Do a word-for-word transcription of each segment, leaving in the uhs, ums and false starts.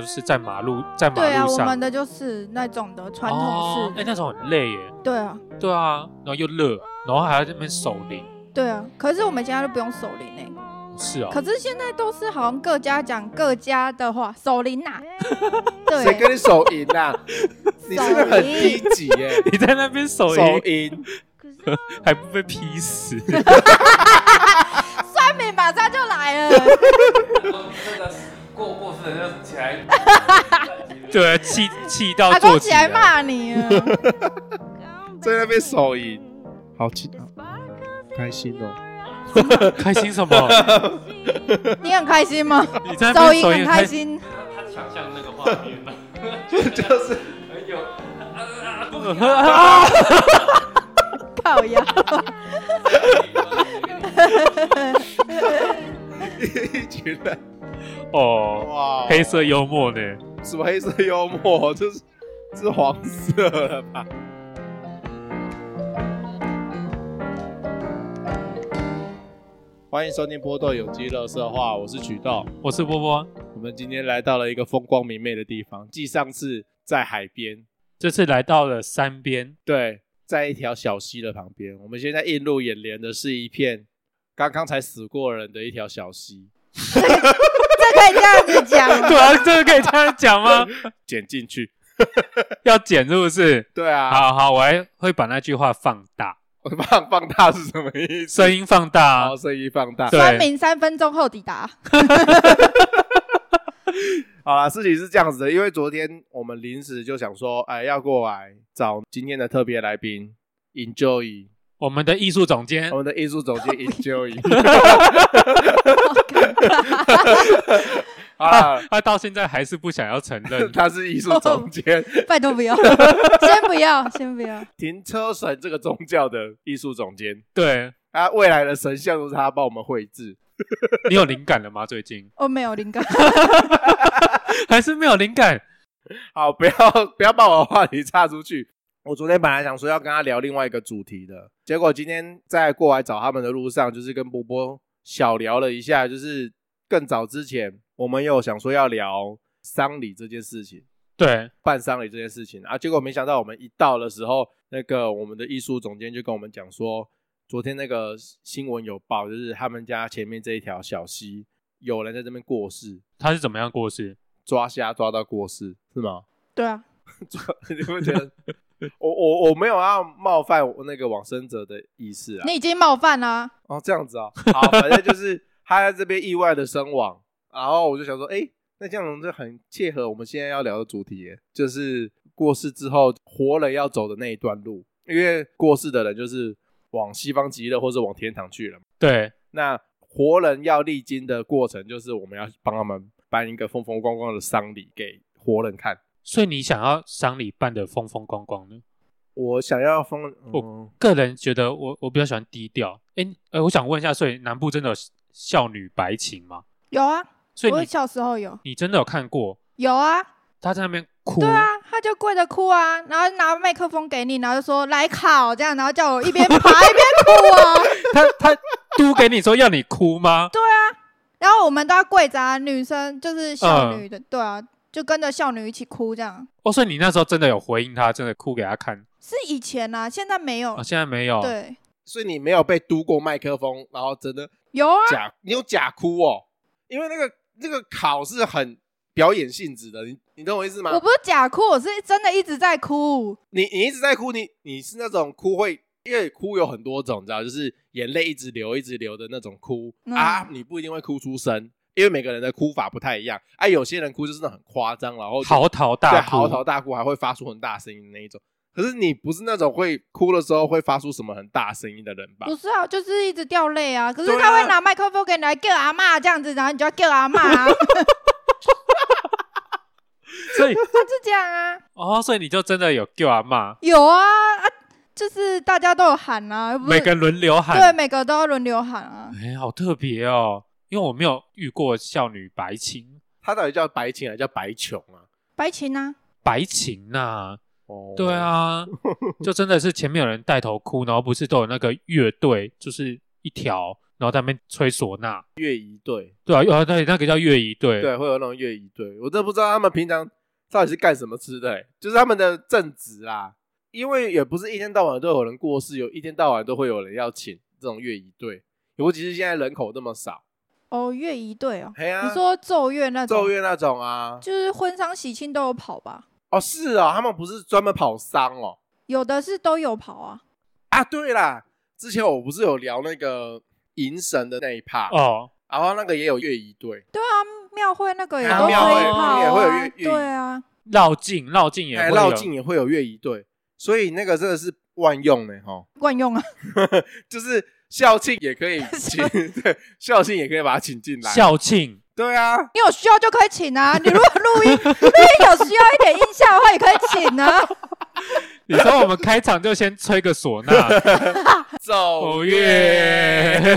就是在马路在马路上。 对啊，我们的就是那种的传统式。 哦，哎、欸，那种很累耶。 对啊。 对啊，然后又热，然后还要在那边守灵。 对啊，可是我们现在都不用守灵哎。 是哦。 可是现在都是好像各家讲各家的话，守灵呐。对。 谁跟你守营啊？你真的很低级耶！ 你在那边守守营， 还不被劈死？ 酸民马上就来了。 过过世的就起来， 对，气气到坐起来骂你了， 在那边手淫，好气，开心哦！ 开心什么？ 你很开心吗？ 你在那边手淫很开心。 他想象那个画面嘛， 就是很有啊， 靠腰。 一群人。 哦，哇，黑色幽默呢？ 什么黑色幽默？这是这是黄色了吧？欢迎收听波豆有机垃圾话，我是曲豆， 我是波波。 我们今天来到了一个风光明媚的地方，继上次在海边， 这次来到了山边。 对，在一条小溪的旁边。我们现在映入眼帘的是一片刚刚才死过人的一条小溪。 这可以这样子讲吗？ 对啊，这个可以这样讲吗？ 剪进去。 要剪是不是？ 对啊。 好好，我还会把那句话放大。 放放大是什么意思？ 声音放大。 哦，声音放大。 酸民三分钟后抵达。 好啦，事情是这样子的，因为昨天我们临时就想说，哎，要过来找今天的特别来宾 Enjoy。 我们的艺术总监， 我们的艺术总监 Enjoy。 他, 他到现在还是不想要承认他是艺术总监。 哦，拜托不要，先不要，先不要。 停车神这个宗教的艺术总监， 对， 他未来的神像都是他帮我们绘制。 你有灵感了吗？最近？ 我、哦、没有灵感， 还是没有灵感。 好，不要不要把我的话题岔出去。我昨天本来想说要跟他聊另外一个主题的，结果今天在过来找他们的路上，就是跟波波小聊了一下，就是更早之前我们有想说要聊丧礼这件事情， 对， 办丧礼这件事情啊，结果没想到我们一到的时候，那个我们的艺术总监就跟我们讲说，昨天那个新闻有报，就是他们家前面这一条小溪有人在这边过世。 他是怎么样过世？ 抓虾抓到过世是吗？ 对啊。 你会觉得我我我没有要冒犯那个往生者的意思啊。 你已经冒犯了、啊、 哦，这样子啊。好，反正就是他在这边意外的身亡，然后我就想说，哎、欸，那这样就很切合我们现在要聊的主题耶，就是过世之后活人要走的那一段路。因为过世的人就是往西方极乐或是往天堂去了嘛。 对， 那活人要历经的过程，就是我们要帮他们办一个风风光光的丧礼给活人看。 所以你想要丧礼办得风风光光呢？ 我想要风、嗯、 我个人觉得我我比较喜欢低调。哎、欸，我想问一下，所以南部真的有孝女白琴吗？ 有啊， 所以你我小时候有。你真的有看过？ 有啊。 他在那边哭。 对啊，他就跪着哭啊，然后拿麦克风给你，然后就说来考这样，然后叫我一边爬一边哭啊。 他他嘟给你说要你哭吗？ 对啊，然后我们都要跪着啊，女生就是孝女的、嗯、对啊，就跟着孝女一起哭这样。 哦，所以你那时候真的有回应他，真的哭给他看？ 是以前啊，现在没有、 哦、现在没有。 对， 所以你没有被嘟过麦克风，然后真的有啊， 假你有假哭哦，因为那个那个考是很表演性质的，你你懂我意思吗？ 我不是假哭，我是真的一直在哭。 你你一直在哭，你你是那种哭会，因为哭有很多种，你知道，就是眼泪一直流一直流的那种哭、嗯、啊，你不一定会哭出声，因为每个人的哭法不太一样啊。有些人哭就是那种很夸张，然后嚎啕大哭， 嚎啕大哭还会发出很大声音的那一种。可是你不是那种会哭的时候会发出什么很大声音的人吧？ 不是啊，就是一直掉泪啊。可是他会拿麦克风给你来叫阿嬷这样子，然后你就要叫阿嬷啊。 所以他是这样啊。 哦，所以你就真的有叫阿嬷？ 有啊，啊，就是大家都有喊啊， 每个轮流喊。 对，每个都要轮流喊啊。 哎、欸，好特别哦，因为我没有遇过孝女白琴。 他到底叫白琴还是叫白琼啊？ 白琴啊， 白琴啊。 哦， 对啊，就真的是前面有人带头哭，然后不是都有那个乐队，就是一条然后在那边吹唢呐， 乐仪队， 对啊，有对那个叫乐仪队， 对，会有那种乐仪队，我都不知道他们平常到底是干什么吃的、欸，就是他们的正职啦。因为也不是一天到晚都有人过世，有一天到晚都会有人要请这种乐仪队，尤其是现在人口那么少。 哦，乐仪队哦， 啊、 你说奏乐那种？ 奏乐那种啊， 就是婚丧喜庆都有跑吧？ 哦，是哦，他们不是专门跑丧哦， 有的是都有跑啊。 啊，对啦，之前我不是有聊那个迎神的那一 part 哦， 然后那个也有乐仪队， 对啊，庙会那个也啊都可以庙会跑啊， 也会有乐乐对啊， 绕境绕境也会有， 哎，绕境也会有乐仪队，所以那个真的是万用呢，哈， 惯用啊。 就是校庆也可以请，对，校庆也可以把它请进来， 校庆， 对啊， 你有需要就可以请啊，你如果录音录音有需要一点音效的话，也可以请啊。 你说我们开场就先吹个唢呐， 奏乐，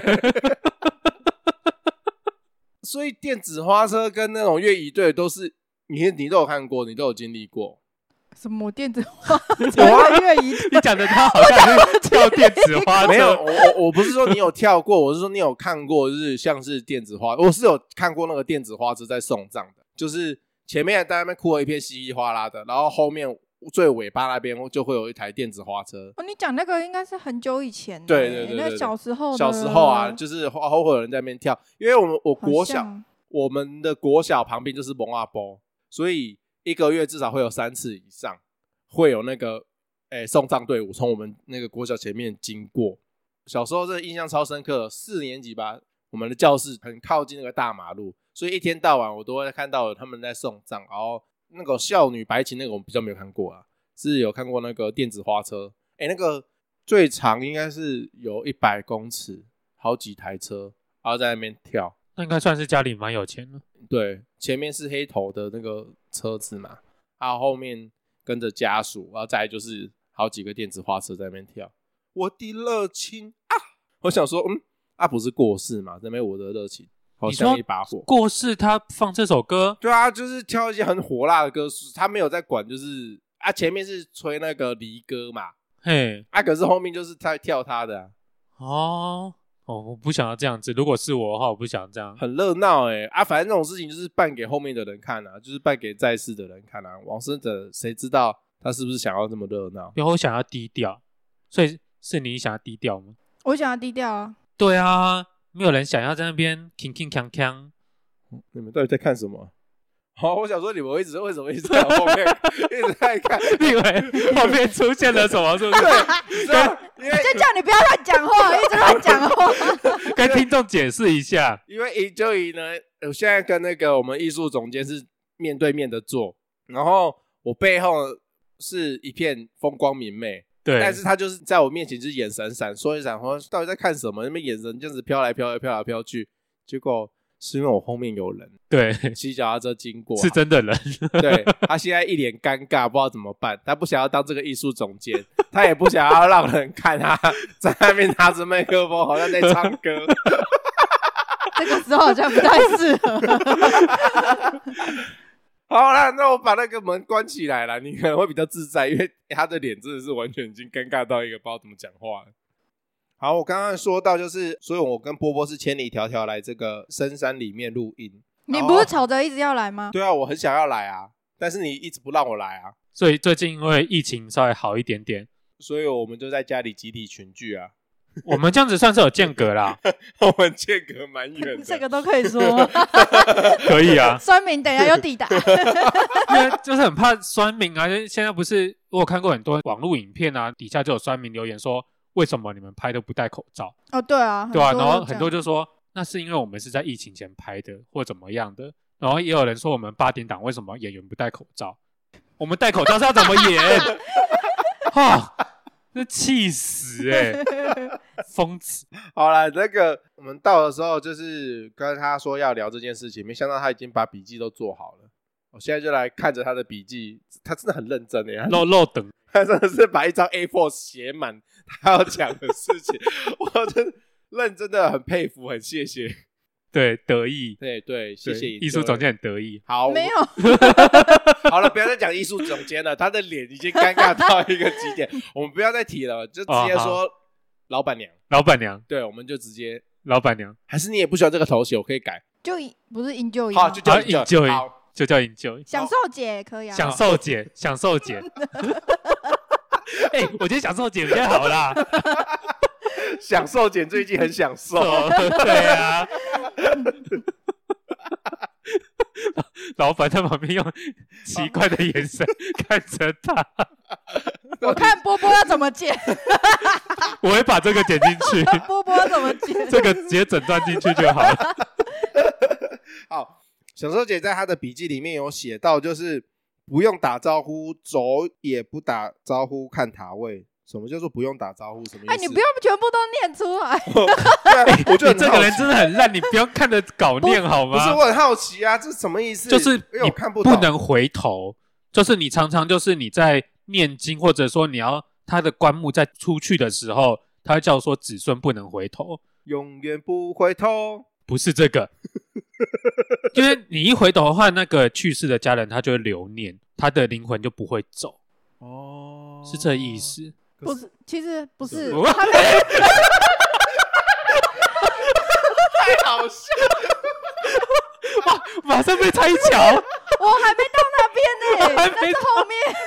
所以电子花车跟那种乐仪队都是你你都有看过，你都有经历过。 什么电子花有啊乐仪？ 你讲的他好像是跳电子花车， 没有，我我我不是说你有跳过，我是说你有看过，就是像是电子花，我是有看过那个电子花车在送葬的，就是前面在那边哭了一片稀里哗啦的，然后后面最尾巴那边就会有一台电子花车。 哦，你讲那个应该是很久以前的， 对对对对对， 那小时候的小时候啊，就是后后会有人在那边跳，因为我们我国小， 好像我们的国小旁边就是蒙阿波，所以一个月至少会有三次以上会有那个诶送葬队伍从我们那个国小前面经过。小时候这印象超深刻，四年级吧，我们的教室很靠近那个大马路，所以一天到晚我都会看到他们在送葬。然后那个少女白琴那个我们比较没有看过啊，是有看过那个电子花车，诶那个最长应该是有一百公尺，好几台车，然后在那边跳。 那应该算是家里蛮有钱的。 对，前面是黑头的那个车子嘛，然后后面跟着家属，然后再来就是好几个电子花车在那边跳。我的热情啊！我想说，嗯，啊不是过世嘛，在那边我的热情好像一把火。 过世他放这首歌， 对啊，就是跳一些很火辣的歌，他没有在管，就是啊前面是吹那个离歌嘛， 嘿， 啊可是后面就是在跳他的、啊。 哦。哦，我不想要这样子。如果是我的话，我不想这样。 很热闹哎啊！反正这种事情就是办给后面的人看啊，就是办给在世的人看啊。往生者谁知道他是不是想要这么热闹？ 因为我想要低调，所以是你想要低调吗？ 我想要低调啊。 对啊，没有人想要在那边铿铿锵锵。 你们到底在看什么？好，我想说你们一直为什么一直在后面一直在看？ 你以为后面出现了什么？是不是？ 对，因为就叫你不要乱讲话，一直乱讲话。 跟听众解释一下， 因为以就以呢，我现在跟那个我们艺术总监是面对面的坐，然后我背后是一片风光明媚， 对， 但是他就是在我面前就是眼神闪烁一闪，说到底在看什么？那边眼神这样子飘来飘来飘来飘去，结果是因为我后面有人对骑脚踏车经过、啊， 是真的人， 对，他现在一脸尴尬，不知道怎么办。他不想要当这个艺术总监，他也不想要让人看他在那边拿着麦克风，好像在唱歌。 这个时候好像不太适合。 好啦，那我把那个门关起来了，你可能会比较自在，因为他的脸真的是完全已经尴尬到一个不知道怎么讲话了。好，我刚刚说到就是，所以我跟波波是千里迢迢来这个深山里面录音。 你不是吵着一直要来吗？ 对啊，我很想要来啊，但是你一直不让我来啊。 所以最近因为疫情稍微好一点点， 所以我们就在家里集体群聚啊。 我们这样子算是有间隔啦。 我们间隔蛮远的， 这个都可以说。 可以啊。 酸民等一下有抵达。 因为就是很怕酸民啊，现在不是我有看过很多网络影片啊，底下就有酸民留言说，为什么你们拍都不戴口罩？ 哦，对啊， 对啊，然后很多就说那是因为我们是在疫情前拍的，或怎么样的。然后也有人说我们八点档为什么演员不戴口罩？我们戴口罩是要怎么演？哈，这气死哎、欸，疯子！ 好啦，那个我们到的时候就是跟他说要聊这件事情，没想到他已经把笔记都做好了。我现在就来看着他的笔记，他真的很认真耶， 漏漏等， 他真的是把一张 A 四 写满他要讲的事情，我真的认真的很佩服，很谢谢。 对，得意， 对对，谢谢艺术总监很得意。 好， 没有。 好了，不要再讲艺术总监了，他的脸已经尴尬到一个极点，我们不要再提了，就直接说老板娘。 老板娘， 对，我们就直接老板娘， 还是你也不喜欢这个头衔，我可以改。 就不是营救营好， 吗就叫好，enjoy 好， 就叫 enjoy， 享受节可以啊。 享受节，享受节。哎、欸，我觉得享受节比较好啦。 享受姐最近很享受， 对啊。老板在旁边用奇怪的眼神看着他。 我看波波要怎么剪。 我会把这个剪进去。 波波要怎么剪？ 这个直接整段进去就好了。 好，享受姐在她的笔记里面有写到，就是不用打招呼，走也不打招呼，看塔位。什么叫做不用打招呼？什么意思？ 哎，你不用全部都念出来。 对，我觉得你这个人真的很烂，你不要看着稿念好吗？ 不是，我很好奇啊，这是什么意思？ 就是你看不不能回头，就是你常常就是你在念经，或者说你要他的棺木在出去的时候，他会叫说子孙不能回头， 永远不回头。 不是这个，因为你一回头的话，那个去世的家人他就会留念，他的灵魂就不会走。 哦， 是这意思。 不是，其实不是， 我他没太好笑了， 哇，马上被拆桥。 我还没到那边呢、欸， 还没那是后面。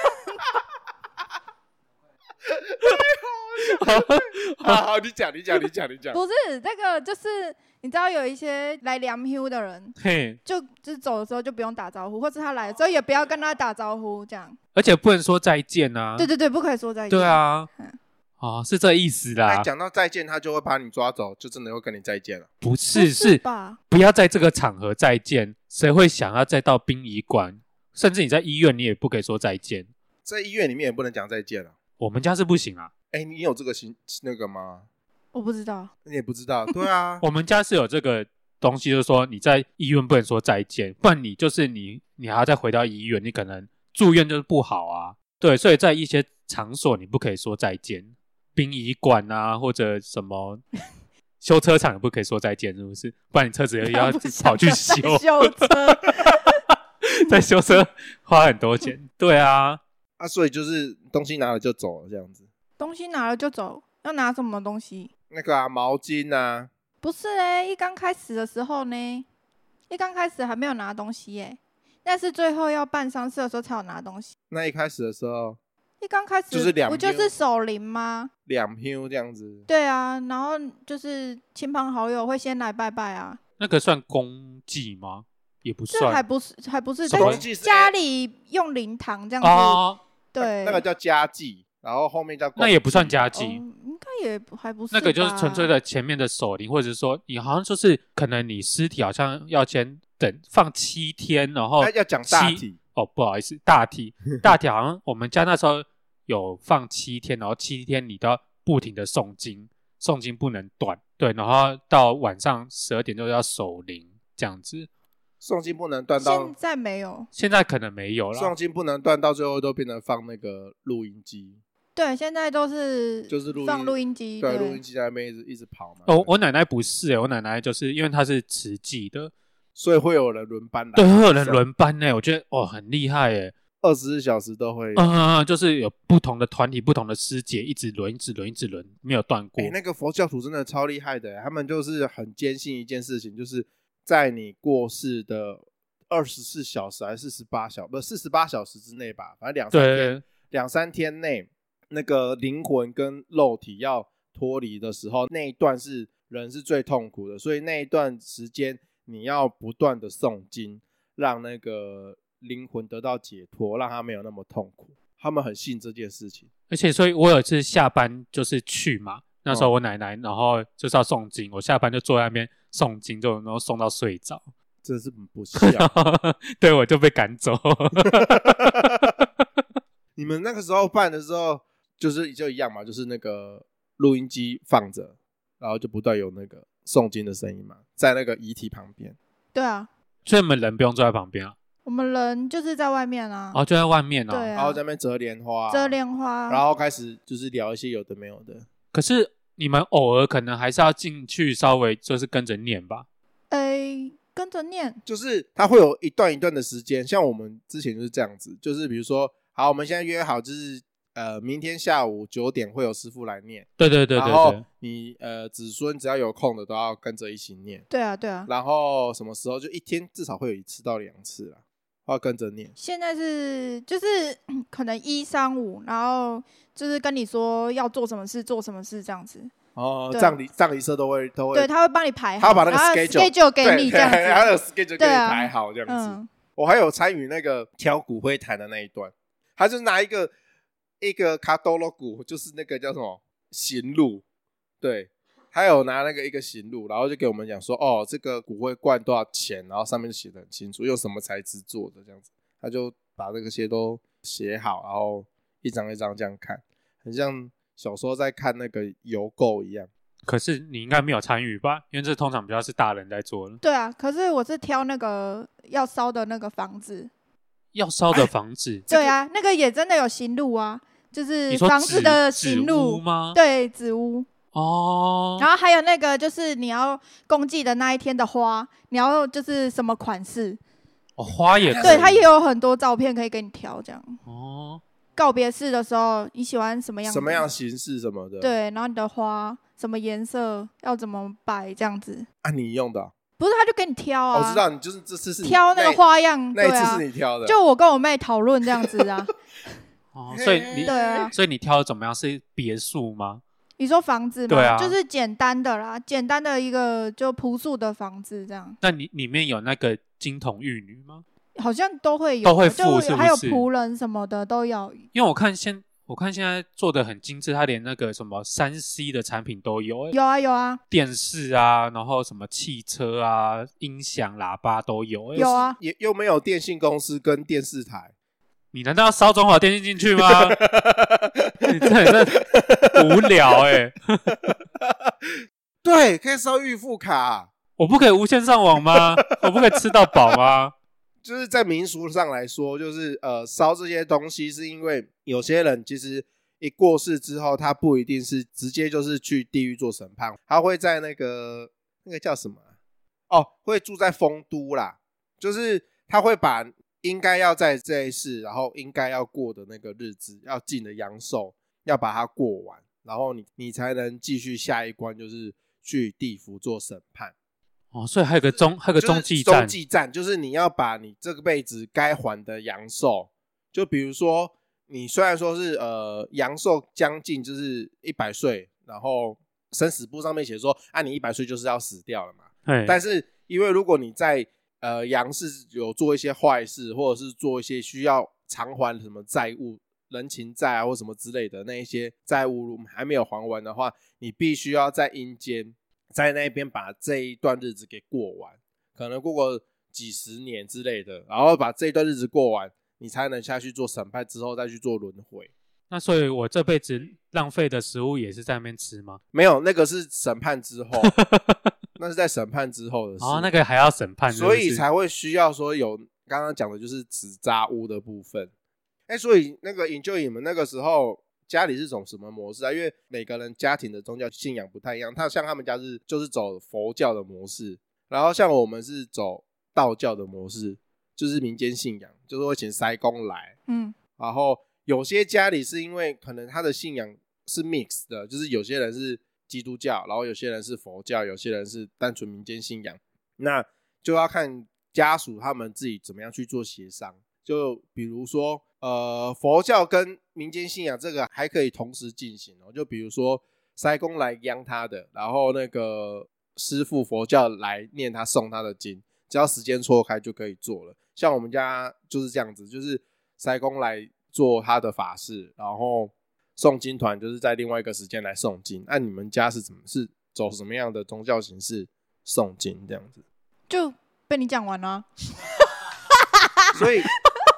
好好，你讲，你讲，你讲，你讲。 不是这个，就是你知道有一些来量 Q 的人， 嘿， 就就是走的时候就不用打招呼，或者他来的时候也不要跟他打招呼，这样。 而且不能说再见啊。 对对对，不可以说再见。 对啊嗯， 哦，是这意思啦。 讲到再见，他就会把你抓走，就真的会跟你再见了。 不是， 不是是吧？ 不要在这个场合再见，谁会想要再到殡仪馆？甚至你在医院，你也不可以说再见。 在医院里面也不能讲再见了。 我们家是不行啊。 哎，你有这个行那个吗？ 我不知道， 你也不知道。对啊， 我们家是有这个东西，就是说你在医院不能说再见，不然你就是你，你还要再回到医院，你可能住院就是不好啊。对，所以在一些场所你不可以说再见，殡仪馆啊或者什么修车厂也不可以说再见，是不是？不然你车子又要跑去修， 修车， 在修车花很多钱。对啊， 啊，所以就是东西拿了就走了这样子。 东西拿了就走，要拿什么东西？ 那个啊，毛巾啊， 不是哎、欸，一刚开始的时候呢，一刚开始还没有拿东西哎、欸，但是最后要办丧事的时候才有拿东西。 那一开始的时候， 一刚开始就是两不就是守灵吗？ 两票这样子。 对啊，然后就是亲朋好友会先来拜拜啊。 那个算公祭吗？也不这算， 还不是还不是什么在家里用灵堂这样子， 哦， 对， 那个叫家祭，然后后面叫公祭那也不算家哦祭。 应该也不还不是那个就是吧纯粹的前面的守灵，或者是说你好像就是可能你尸体好像要先等放七天，然后哎要讲大七体哦，不好意思，大体大体好像我们家那时候有放七天，然后七天你都要不停的诵经，诵经不能断，对，然后到晚上十二点就要守灵这样子。 诵经不能断到现，在没有， 现在可能没有了， 诵经不能断到最后都变成放那个录音机， 对，现在都是就是录音放录音机， 对， 对， 录音机在那边一直一直跑嘛。 哦，我奶奶不是、欸，我奶奶就是因为她是慈济的， 所以会有人轮班来， 对，会有人轮班呢、欸，我觉得哦很厉害哎、欸。 二十四小时都会。 嗯嗯嗯，就是有不同的团体、不同的师姐，一直轮、一直轮、一直轮，没有断过。 哎、那个佛教徒真的超厉害的，他们就是很坚信一件事情，就是在你过世的二十四小时还是四十八小不四十八小时之内吧，反正两三天对， 两三天内，那个灵魂跟肉体要脱离的时候，那一段是人是最痛苦的，所以那一段时间你要不断的诵经，让那个灵魂得到解脱，让他没有那么痛苦。他们很信这件事情， 而且所以我有一次下班就是去嘛，那时候我奶奶，然后就是要诵经，我下班就坐在那边诵经，就然后诵到睡着， 真是不孝。 对，我就被赶走。 你们那个时候办的时候，就是就一样嘛，就是那个录音机放着，然后就不断有那个诵经的声音嘛，在那个遗体旁边。 对啊， 所以你们人不用坐在旁边啊， 我们人就是在外面啊， 哦，就在外面啊。 对啊， 然后在那边折莲花、 遮莲花， 然后开始就是聊一些有的没有的。 可是你们偶尔可能还是要进去稍微就是跟着念吧。 诶，跟着念， 就是它会有一段一段的时间，像我们之前就是这样子，就是比如说，好，我们现在约好就是呃，明天下午九点会有师傅来念， 对对对对然后对， 你呃子孙只要有空的都要跟着一起念， 对啊对啊。 然后什么时候就一天至少会有一次到两次啦，要跟着念。 现在是就是可能一三五，然后就是跟你说要做什么事做什么事这样子。 哦， 对葬礼葬礼社都会都会， 对，他会帮你排好， 他会把那个然后 schedule schedule 给你这样子。 还有 schedule 给你对啊排好这样子。 嗯， 我还有参与那个挑骨灰坛的那一段，他就拿一个一个卡多罗骨，就是那个叫什么行路，对，他有拿那个一个行路，然后就给我们讲说，哦，这个骨灰罐多少钱，然后上面就写得很清楚，用什么材质做的这样子，他就把这个些都写好，然后一张一张这样看，很像小时候在看那个邮购一样。 可是你应该没有参与吧？因为这通常比较是大人在做的。 对啊。可是我是挑那个要烧的那个房子。 要烧的房子， 对啊，那个也真的有行路啊，就是你说房子的行纸路屋吗？ 对，纸屋。 哦， 然后还有那个就是你要公祭的那一天的花，你要就是什么款式？ 哦，花也可以对，它也有很多照片可以给你挑，这样。 哦。 告别式的时候，你喜欢什么样的？ 什么样形式什么的？ 对，然后你的花什么颜色，要怎么摆这样子？ 啊，你用的啊、 不是，他就给你挑啊。 哦我知道，你就是这次是你挑那个花样， 那一对啊次是你挑的， 就我跟我妹讨论这样子啊。 哦，所以你对啊， 所以你挑的怎么样？是别墅吗？ 你说房子吗？ 对啊就是简单的啦，简单的一个就朴素的房子这样， 那你里面有那个金童玉女吗？ 好像都会有， 都会附就是不还有是仆人什么的都有。 因为我看现我看现在做的很精致，它连那个什么三 C 的产品都有、欸， 有啊有啊电视啊，然后什么汽车啊、音响、喇叭都有、欸。 有啊， 也又没有电信公司跟电视台， 你难道要烧中华电信进去吗？你真的是无聊哎、欸！ 对，可以烧预付卡， 我不可以无线上网吗？我不可以吃到饱吗？ 就是在民俗上来说，就是呃烧这些东西，是因为有些人其实一过世之后，他不一定是直接就是去地狱做审判，他会在那个那个叫什么哦，会住在丰都啦，就是他会把应该要在这一世，然后应该要过的那个日子，要尽的阳寿，要把它过完，然后你你才能继续下一关，就是去地府做审判。 哦，所以还有个中，还有个中继站， 中继站就是你要把你这个辈子该还的阳寿，就比如说你虽然说是呃阳寿将近就是一百岁，然后生死簿上面写说啊你一百岁就是要死掉了嘛，但是因为如果你在呃阳世有做一些坏事，或者是做一些需要偿还什么债务、人情债啊或什么之类的那一些债务还没有还完的话，你必须要在阴间在那边把这一段日子给过完，可能过个几十年之类的，然后把这一段日子过完，你才能下去做审判，之后再去做轮回。 那所以我这辈子浪费的食物也是在那边吃吗？ 没有，那个是审判之后那是在审判之后的事。 哦，那个还要审判是不是， 所以才会需要说有刚刚讲的就是纸扎屋的部分。哎、欸，所以那个Enjoy你们那个时候家里是种什么模式啊？因为每个人家庭的宗教信仰不太一样，他像他们家是就是走佛教的模式，然后像我们是走道教的模式，就是民间信仰，就是会请塞公来， 嗯， 然后有些家里是因为可能他的信仰是 mix 的，就是有些人是基督教，然后有些人是佛教，有些人是单纯民间信仰，那就要看家属他们自己怎么样去做协商。就比如说呃，佛教跟民间信仰这个还可以同时进行哦。就比如说塞公来央他的，然后那个师父佛教来念他送他的经，只要时间错开就可以做了。像我们家就是这样子，就是塞公来做他的法事，然后诵经团就是在另外一个时间来诵经。那、啊、你们家是怎么是走什么样的宗教形式诵经这样子？ 就被你讲完了、啊。 所以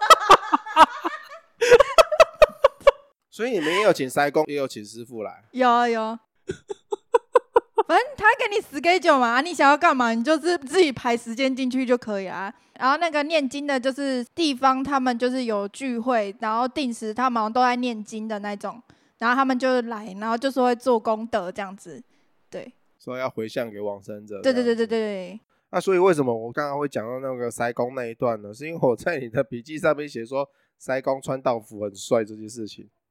所以你们也有请塞公，也有请师傅来？ 有啊有。反正他给你 schedule 嘛，你想要干嘛，你就是自己排时间进去就可以啦。然后那个念经的，就是地方他们就是有聚会，然后定时他们都在念经的那种，然后他们就来，然后就说会做功德这样子，对。 说要回向给往生者。 对对对对对。 那所以为什么我刚刚会讲到那个塞公那一段呢？是因为我在你的笔记上面写说塞公穿道服很帅这件事情。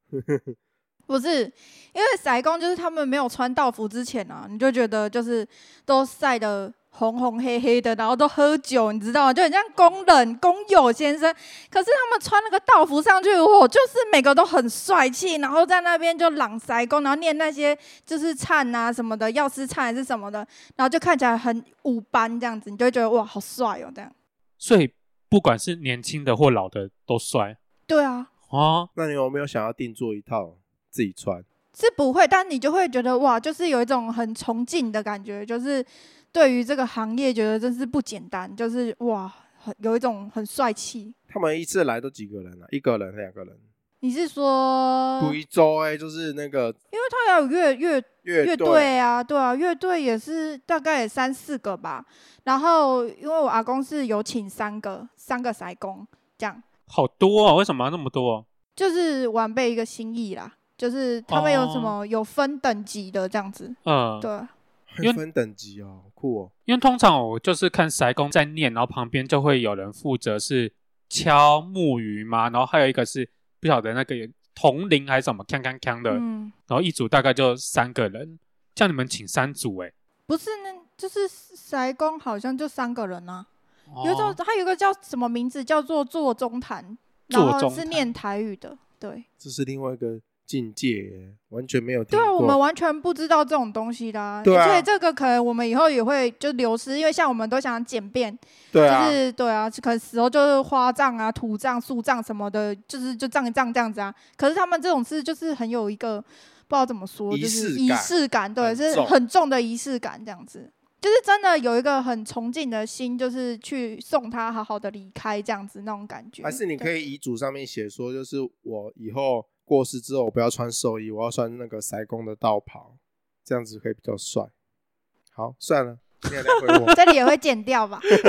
不是，因为塞工就是他们没有穿道服之前啊，你就觉得就是都晒得红红黑黑的，然后都喝酒，你知道吗？就很像工人工友先生。可是他们穿那个道服上去，我就是每个都很帅气，然后在那边就朗塞工，然后念那些就是唱啊什么的，药师唱还是什么的，然后就看起来很五班这样子，你就会觉得哇，好帅哦，这样。 所以不管是年轻的或老的都帅。 对啊。 哦， 那你有没有想要定做一套自己穿？ 是不会，但你就会觉得哇，就是有一种很崇敬的感觉，就是对于这个行业觉得真是不简单，就是哇，很有一种很帅气。 他们一次来都几个人啊？一个人、两个人？ 你是说贵州哎，就是那个， 因为他要有乐乐乐乐队啊，对啊，乐队也是大概也三四个吧。然后因为我阿公是有请三个三个塞工这样。 好多啊！为什么要那么多？ 就是晚辈一个心意啦，就是他们有什么、 哦、 有分等级的这样子。 嗯， 对， 还分等级哦，酷哦。 因为通常我就是看塞工在念，然后旁边就会有人负责是敲木鱼嘛，然后还有一个是不晓得那个铜铃还是什么锵锵锵的、嗯，然后一组大概就三个人，叫你们请三组哎、欸？ 不是呢，就是塞工好像就三个人啊。哦、有一种他有个叫什么名字叫做坐中坛，然后是念台语的，对。 这是另外一个境界耶，完全没有听过。 对啊，我们完全不知道这种东西的、啊， 对啊， 所以这个可能我们以后也会就流失，因为像我们都想简便， 对啊， 就是对啊，可能死后就是花葬啊、土葬、树葬什么的，就是就葬一葬这样子啊。可是他们这种事就是很有一个不知道怎么说，就是仪式感，对，是很重的仪式感这样子。就是真的有一个很崇敬的心，就是去送他好好的离开这样子那种感觉。 还是你可以遗嘱上面写说，就是我以后过世之后，我不要穿寿衣，我要穿那个塞工的道袍，这样子可以比较帅。好，算了，你也来回我。 这里也会剪掉吧？是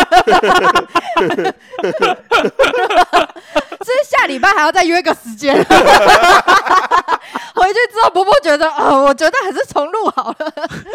下礼拜还要再约个时间。回去之后，伯伯觉得，哦，我觉得还是重录好了。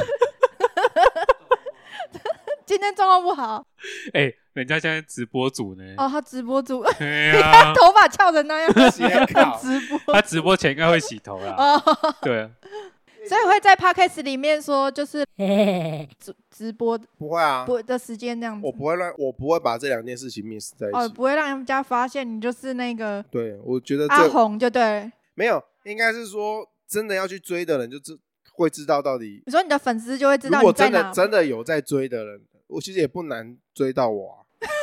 今天状况不好， 哎、欸，人家现在直播组呢。 哦，他直播组， 对啊， 头发翘成那样， 直播。 他直播前应该会洗头啦。哦，对。 所以会在 podcast 里面说，就是直直播不会啊， 不的时间这样子。 我不会让，我不会把这两件事情 mix 在一起。 哦，不会让人家发现你就是那个。 对，我觉得阿红就对。 没有，应该是说真的要去追的人就知会知道到底。 你说你的粉丝就会知道你在哪。如果真的真的有在追的人，我其实也不难追到我啊。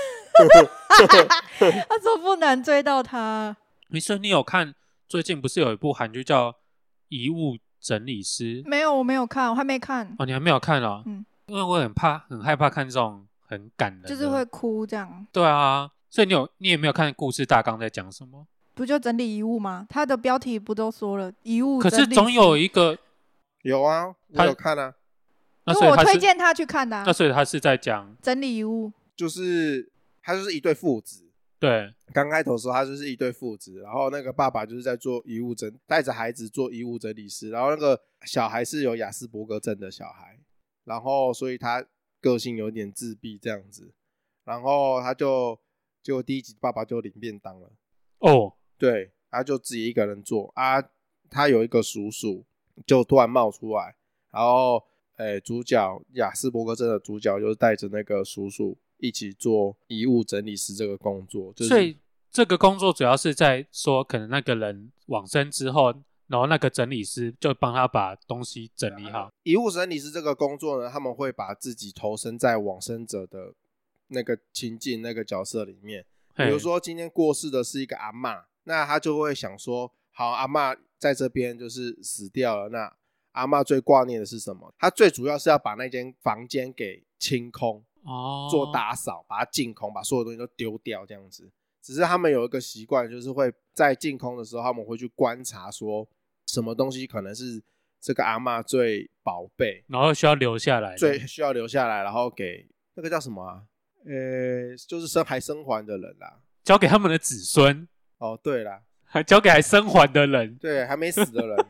他说不难追到他。 你说你有看最近不是有一部韩剧叫《遗物整理师》？ 没有，我没有看，我还没看。 哦，你还没有看啊？ 嗯， 因为我很怕，很害怕看这种很感人的， 就是会哭这样。 对啊，所以你有你也没有看故事大纲在讲什么？ 不就整理遗物吗？他的标题不都说了遗物？ 可是总有一个有啊，我有看啊。 那所以我推荐他去看的、啊。 那所以他是在讲整理遗物， 就是他就是一对父子。 对， 刚开头的时候他就是一对父子，然后那个爸爸就是在做遗物整，带着孩子做遗物整理师，然后那个小孩是有亚斯伯格症的小孩，然后所以他个性有点自闭这样子，然后他就就第一集爸爸就领便当了哦， 对，他就自己一个人做啊，他有一个叔叔就突然冒出来，然后诶主角亚斯伯格症的主角就带着那个叔叔一起做遗物整理师这个工作，就是、 所以这个工作主要是在说，可能那个人往生之后，然后那个整理师就帮他把东西整理好。 遗物整理师这个工作呢，他们会把自己投身在往生者的那个情境、那个角色里面。比如说今天过世的是一个阿嬷，那他就会想说，好，阿嬷在这边就是死掉了，那阿嬷最挂念的是什么？他最主要是要把那间房间给清空。哦，做打扫，把它净空，把所有东西都丢掉这样子。只是他们有一个习惯，就是会在净空的时候，他们会去观察说什么东西可能是这个阿嬷最宝贝， 然后需要留下来， 最需要留下来，然后给那个叫什么啊？呃，就是生还生还的人啦， 交给他们的子孙。 哦，对啦， 还交给还生还的人， 对，还没死的人。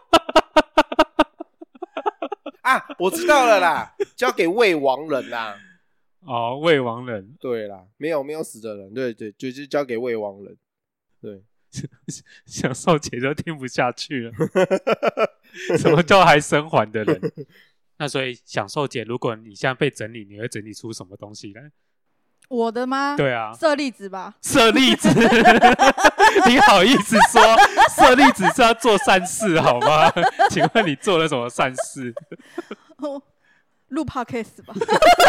啊，我知道了啦，交给未亡人啦。 哦，未亡人， 对啦，没有没有死的人，对对，就是交给未亡人，对， 享受节就听不下去了。什么叫还生还的人？那所以享受节，如果你现在被整理，你会整理出什么东西来？ 我的吗？ 对啊， 舍利子吧。 舍利子，你好意思说舍利子是要做善事好吗？请问你做了什么善事？ 录 podcast 吧。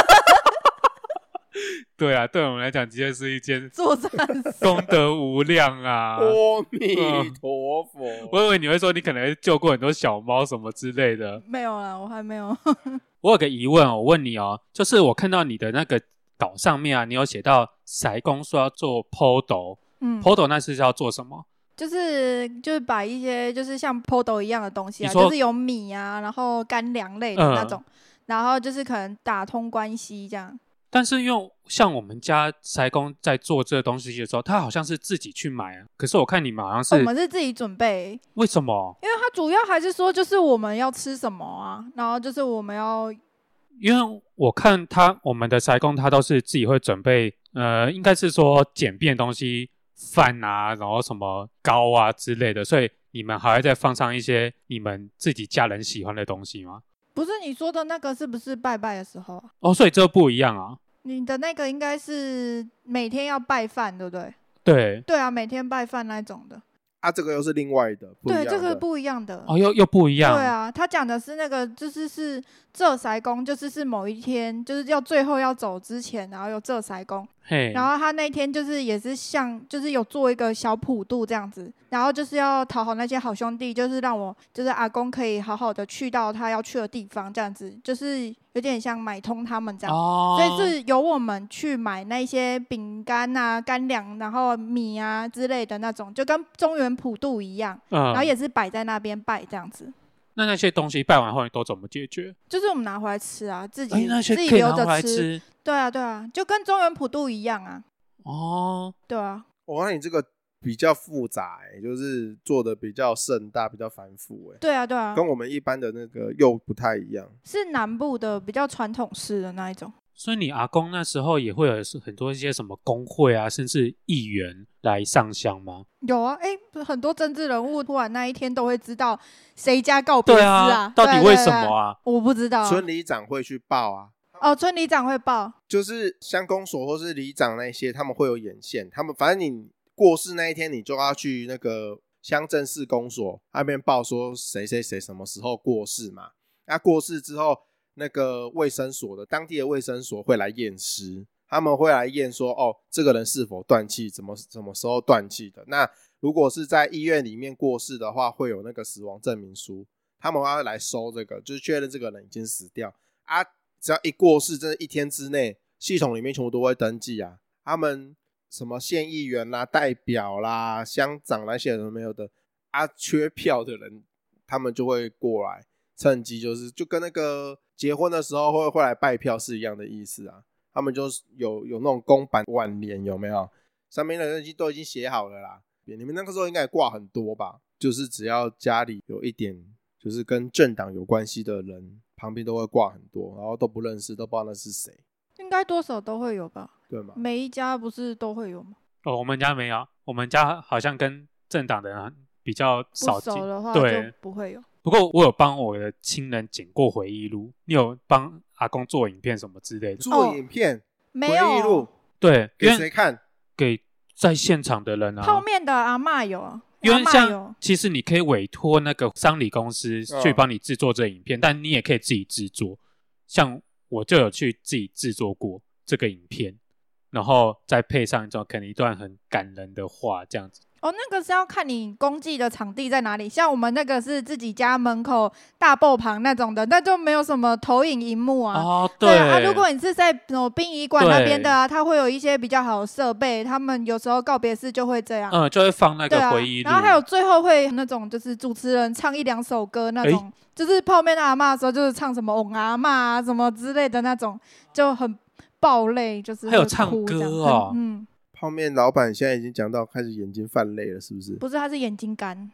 对啊，对我们来讲，的确是一件做善事， 功德无量啊！ 阿弥陀佛。 我以为你会说你可能救过很多小猫什么之类的。 没有啦，我还没有。 我有个疑问哦，我问你哦，就是我看到你的那个稿上面啊，你有写到筛工说要做 P O D O， 嗯 ，P O D O 那是要做什么？ 就是就是把一些就是像 P O D O 一样的东西啊，就是有米啊，然后干粮类的那种，嗯、然后就是可能打通关系这样。 但是因为像我们家筛工在做这个东西的时候，他好像是自己去买啊。可是我看你们好像是、 哦、我们是自己准备。 为什么？ 因为他主要还是说就是我们要吃什么啊，然后就是我们要。 因为我看他我们的筛工他都是自己会准备，呃，应该是说简便的东西，饭啊，然后什么糕啊之类的，所以你们还会再放上一些你们自己家人喜欢的东西吗？ 不是你说的那个是不是拜拜的时候啊？ 哦，所以这不一样啊。 你的那个应该是每天要拜饭，对不对？ 对。 对啊，每天拜饭那种的。 啊，这个又是另外的，不一样的。 对，这个不一样的。 哦，又又不一样。 对啊，他讲的是那个，就是是这筛工，就是是某一天，就是要最后要走之前，然后有这筛工。 嘿。 然后他那天就是也是像，就是有做一个小普渡这样子，然后就是要讨好那些好兄弟，就是让我就是阿公可以好好的去到他要去的地方，这样子，就是有点像买通他们这样。哦。所以是由我们去买那些饼干啊、干粮，然后米啊之类的那种，就跟中元普渡一样。嗯。然后也是摆在那边拜这样子。 那那些东西拜完后你都怎么解决？ 就是我们拿回来吃啊，自己、 欸、那些自己留着吃。吃对啊，对啊，就跟中元普渡一样啊。 哦， 对啊。 我看你这个比较复杂、欸，就是做的比较盛大，比较繁复、欸， 对啊，对啊， 跟我们一般的那个又不太一样。是南部的比较传统式的那一种。 所以你阿公那时候也会有很多一些什么工会啊，甚至议员来上香吗？ 有啊，哎、欸，很多政治人物突然那一天都会知道谁家告别式啊， 对啊，到底为什么啊？ 我不知道。 村里长会去报啊。 哦，村里长会报， 就是乡公所或是里长那些，他们会有眼线，他们反正你过世那一天，你就要去那个乡镇市公所那边报说谁谁谁什么时候过世嘛。那过世之后，那个卫生所的当地的卫生所会来验尸，他们会来验说，哦，这个人是否断气，怎么什么时候断气的。那如果是在医院里面过世的话，会有那个死亡证明书，他们要来收这个，就是确认这个人已经死掉啊。只要一过世，真的一天之内，系统里面全部都会登记啊。他们什么县议员啦、代表啦、乡长那些人都没有的啊，缺票的人，他们就会过来，趁机就是就跟那个结婚的时候会会来拜票是一样的意思啊。他们就有有那种公版挽联，有没有？上面的人都已经写好了啦。你们那个时候应该也挂很多吧？就是只要家里有一点就是跟政党有关系的人，旁边都会挂很多，然后都不认识，都不知道那是谁。 应该多少都会有吧？ 对吗？ 每一家不是都会有吗？ 哦，我们家没有，我们家好像跟政党的人比较少见， 不熟的话对， 就不会有。 不过我有帮我的亲人剪过回忆录，你有帮阿公做影片什么之类的？ 做影片、哦、 没有回忆录， 对， 给谁看？ 给在现场的人啊。 泡面的阿嬷有。 因为像其实你可以委托那个丧礼公司去帮你制作这个影片、哦、但你也可以自己制作，像我就有去自己制作过这个影片，然后再配上一种可能一段很感人的话这样子。 哦，那个是要看你公祭的场地在哪里，像我们那个是自己家门口大爆棚那种的，那就没有什么投影萤幕啊。 哦，对。 对啊，如果你是在殡仪馆那边的啊，它会有一些比较好的设备，他们有时候告别式就会这样， 嗯，就会放那个回忆录、 啊。然后还有最后会那种就是主持人唱一两首歌那种，就是泡面阿嬷的时候就是唱什么翁阿嬷啊什么之类的那种，就很爆泪，就是还有唱歌哦， 嗯。 泡面老板现在已经讲到开始眼睛泛泪了，是不是？ 不是，他是眼睛干。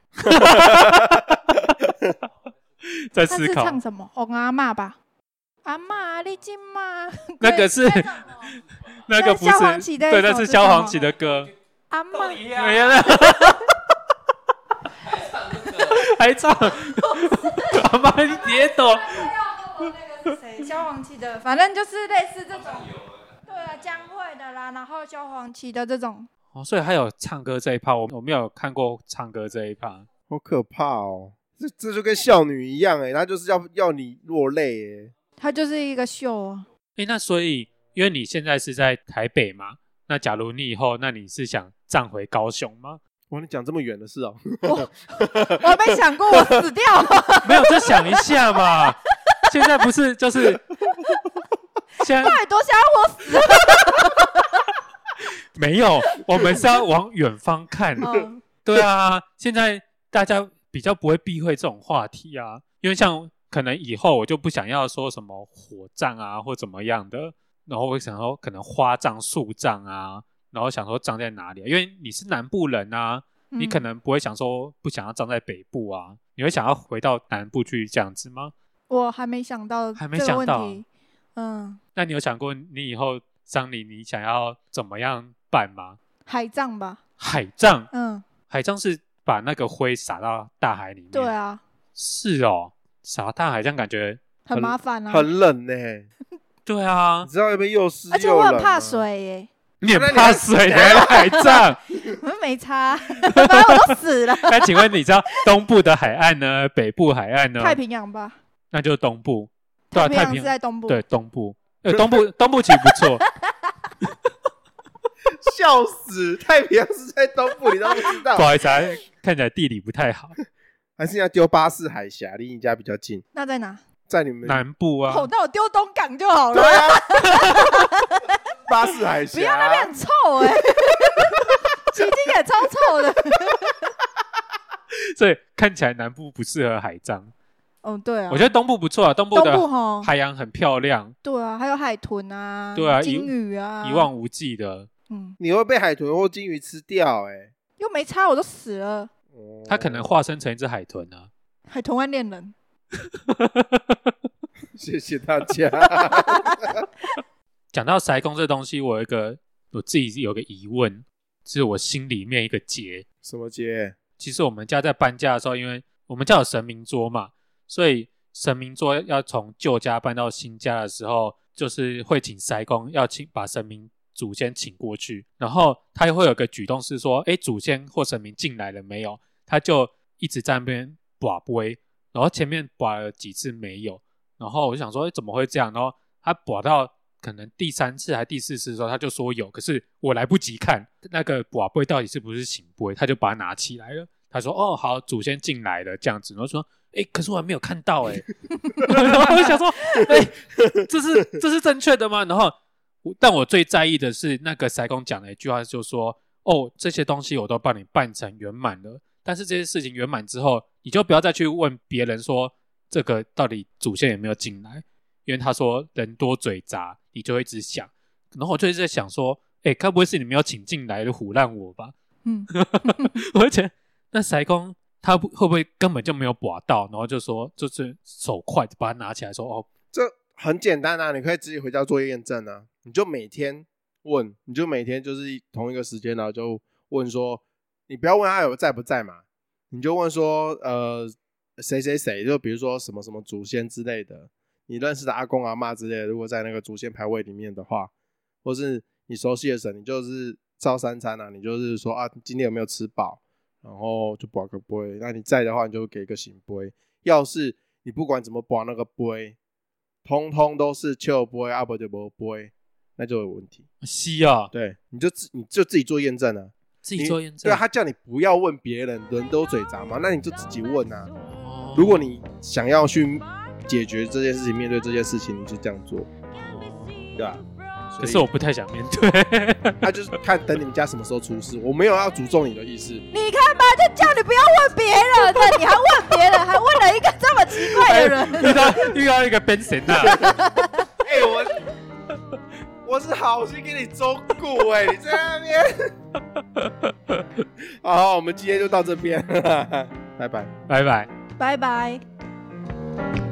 在思考。 他是唱什么？哦，阿嬷吧。阿嬷，你今嘛？ 那个是，那个不是。 萧煌奇的， 对，那是萧煌奇的歌。 阿嬷都一样没了，还唱，阿妈你别抖。 那个是谁？萧煌奇的，反正就是类似这种。对啊，江蕙的啦，然后萧煌奇的这种。 哦，所以还有唱歌这一趴，我我没有看过唱歌这一趴。 好可怕哦！这这就跟少女一样哎，他就是要要你落泪哎。 它就是一个秀啊。 哎，那所以因为你现在是在台北嘛，那假如你以后，那你是想站回高雄吗？ 哇，你讲这么远的事哦！ 我我没想过我死掉。 没有，就想一下嘛。现在不是就是现在到底多想要我死？ 没有，我们是要往远方看。 哦对啊，现在大家比较不会避讳这种话题啊，因为像可能以后我就不想要说什么火葬啊或怎么样的，然后我想说可能花葬、树葬啊，然后想说葬在哪里、啊，因为你是南部人啊，你可能不会想说不想要葬在北部啊，你会想要回到南部去这样子吗？ 我还没想到还没这个想到问题。嗯， 那你有想过你以后丧礼你想要怎么样办吗？ 海葬吧。 海葬， 嗯， 海葬是把那个灰撒到大海里面。 对啊， 是哦，撒大海这样感觉很麻烦啊。 很冷呢、 对啊你，知道那边又湿又冷、啊， 而且我很怕水耶。 你很怕水，你还来海葬？ 我没差，反正我都死了。 那请问你知道东部的海岸呢？北部海岸呢？ 太平洋吧。 那就是东部。对啊， 太平洋太平是在东部。 对东部，呃，东部东部其实不错。 笑死！太平洋是在东部，你都不知道不。好意思啊，看起来地理不太好。 还是要丢巴士海峡，离你家比较近， 那在哪？ 在你们南部啊， 哦，那我丢东港就好对了。 啊，巴士海峡， 不要那边很臭哎、欸，奇经也超臭的。 所以看起来南部不适合海葬。 哦，对啊， 我觉得东部不错啊，东部东部的吼， 海洋很漂亮， 对啊，还有海豚啊， 对啊金鱼啊， 一望无际的。 嗯， 你会被海豚或金鱼吃掉、欸，哎， 又没差，我都死了。 它可能化身成一只海豚啊。 海豚湾恋人， 谢谢大家。 讲到塞公这东西，我有一个我自己有个疑问，是我心里面一个结。 什么节？ 其实我们家在搬家的时候，因为我们家有神明桌嘛，所以神明桌要从旧家搬到新家的时候，就是会请塞公要请把神明祖先请过去，然后他会有个举动是说，哎，祖先或神明进来了没有？他就一直在那边拔杯，然后前面拔了几次没有，然后我就想说，诶怎么会这样？然后他拔到可能第三次还第四次的时候，他就说有，可是我来不及看那个拔杯到底是不是醒杯，他就把它拿起来了。他说：“哦，好，祖先进来了，这样子。”然后说：“哎，可是我还没有看到哎。”然后我就想说：“哎，这是这是正确的吗？”然后，但我最在意的是那个塞公讲了一句话，就说：“哦，这些东西我都帮你办成圆满了，但是这些事情圆满之后，你就不要再去问别人说这个到底祖先有没有进来，因为他说人多嘴杂，你就会一直想。然后我就一直在想说，哎，该不会是你没有请进来的唬烂我吧？ 嗯， 而且。”那塞公他会不会根本就没有拔到，然后就说就是手快把它拿起来说哦， 这很简单啊，你可以自己回家做验证啊。你就每天问，你就每天就是同一个时间，然后就问说，你不要问他有在不在嘛，你就问说呃谁谁谁，就比如说什么什么祖先之类的，你认识的阿公阿嬷之类的，如果在那个祖先牌位里面的话，或是你熟悉的神，你就是照三餐啊，你就是说啊今天有没有吃饱。然后就拔个杯，那你在的话，你就给一个醒杯。要是你不管怎么拔那个杯，通通都是笑杯，啊不就没杯，那就有问题。 是啊， 对，你就自你就自己做验证啊， 自己做验证。 对啊，他叫你不要问别人，人都嘴杂嘛，那你就自己问啊。 哦、 如果你想要去解决这件事情，面对这件事情，你就这样做，对吧、啊？ 可是我不太想面对， 他、啊、就是看等你们家什么时候出事，我没有要诅咒你的意思。 你看吧，就叫你不要问别人的，你还问别人，还问了一个这么奇怪的人， 遇到遇到一个变神啊！ 哎、欸，我我是好心给你忠告哎，你在那边。好，我们今天就到这边，拜拜， 拜拜， 拜拜。